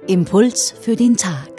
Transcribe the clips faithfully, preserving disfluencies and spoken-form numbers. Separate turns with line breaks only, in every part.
Impuls für den Tag.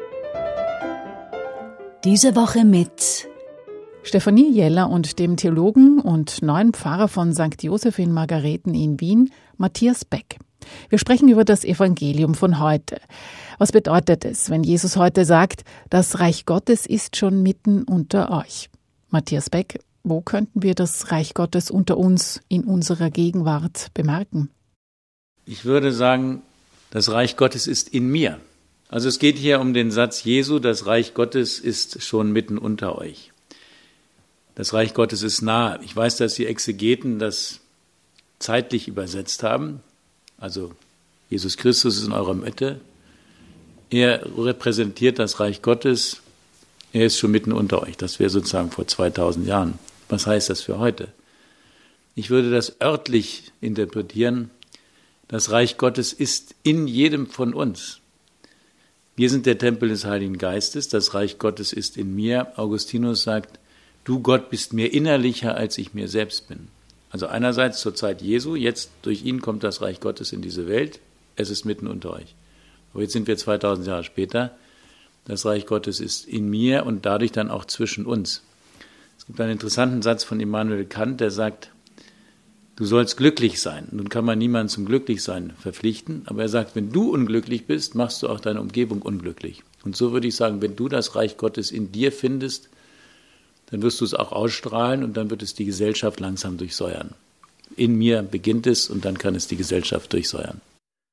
Diese Woche mit
Stefanie Jeller und dem Theologen und neuen Pfarrer von Sankt Joseph in Margareten in Wien, Matthias Beck. Wir sprechen über das Evangelium von heute. Was bedeutet es, wenn Jesus heute sagt, das Reich Gottes ist schon mitten unter euch? Matthias Beck, wo könnten wir das Reich Gottes unter uns in unserer Gegenwart bemerken?
Ich würde sagen, das Reich Gottes ist in mir. Also es geht hier um den Satz Jesu, das Reich Gottes ist schon mitten unter euch. Das Reich Gottes ist nahe. Ich weiß, dass die Exegeten das zeitlich übersetzt haben. Also Jesus Christus ist in eurer Mitte. Er repräsentiert das Reich Gottes. Er ist schon mitten unter euch. Das wäre sozusagen vor zweitausend Jahren. Was heißt das für heute? Ich würde das örtlich interpretieren. Das Reich Gottes ist in jedem von uns. Wir sind der Tempel des Heiligen Geistes. Das Reich Gottes ist in mir. Augustinus sagt, du Gott bist mir innerlicher, als ich mir selbst bin. Also einerseits zur Zeit Jesu, jetzt durch ihn kommt das Reich Gottes in diese Welt. Es ist mitten unter euch. Aber jetzt sind wir zweitausend Jahre später. Das Reich Gottes ist in mir und dadurch dann auch zwischen uns. Es gibt einen interessanten Satz von Immanuel Kant, der sagt, du sollst glücklich sein. Nun kann man niemanden zum Glücklichsein verpflichten, aber er sagt, wenn du unglücklich bist, machst du auch deine Umgebung unglücklich. Und so würde ich sagen, wenn du das Reich Gottes in dir findest, dann wirst du es auch ausstrahlen und dann wird es die Gesellschaft langsam durchsäuern. In mir beginnt es und dann kann es die Gesellschaft durchsäuern.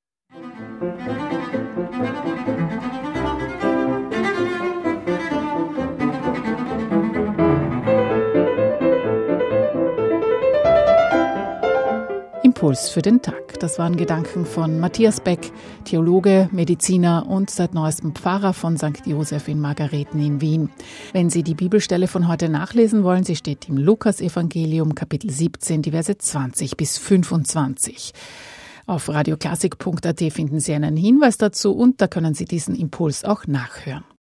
Impuls für den Tag. Das waren Gedanken von Matthias Beck, Theologe, Mediziner und seit neuestem Pfarrer von Sankt Joseph in Margareten in Wien. Wenn Sie die Bibelstelle von heute nachlesen wollen, sie steht im Lukas-Evangelium, Kapitel siebzehn, die Verse zwanzig bis fünfundzwanzig. Auf radioklassik punkt at finden Sie einen Hinweis dazu und da können Sie diesen Impuls auch nachhören.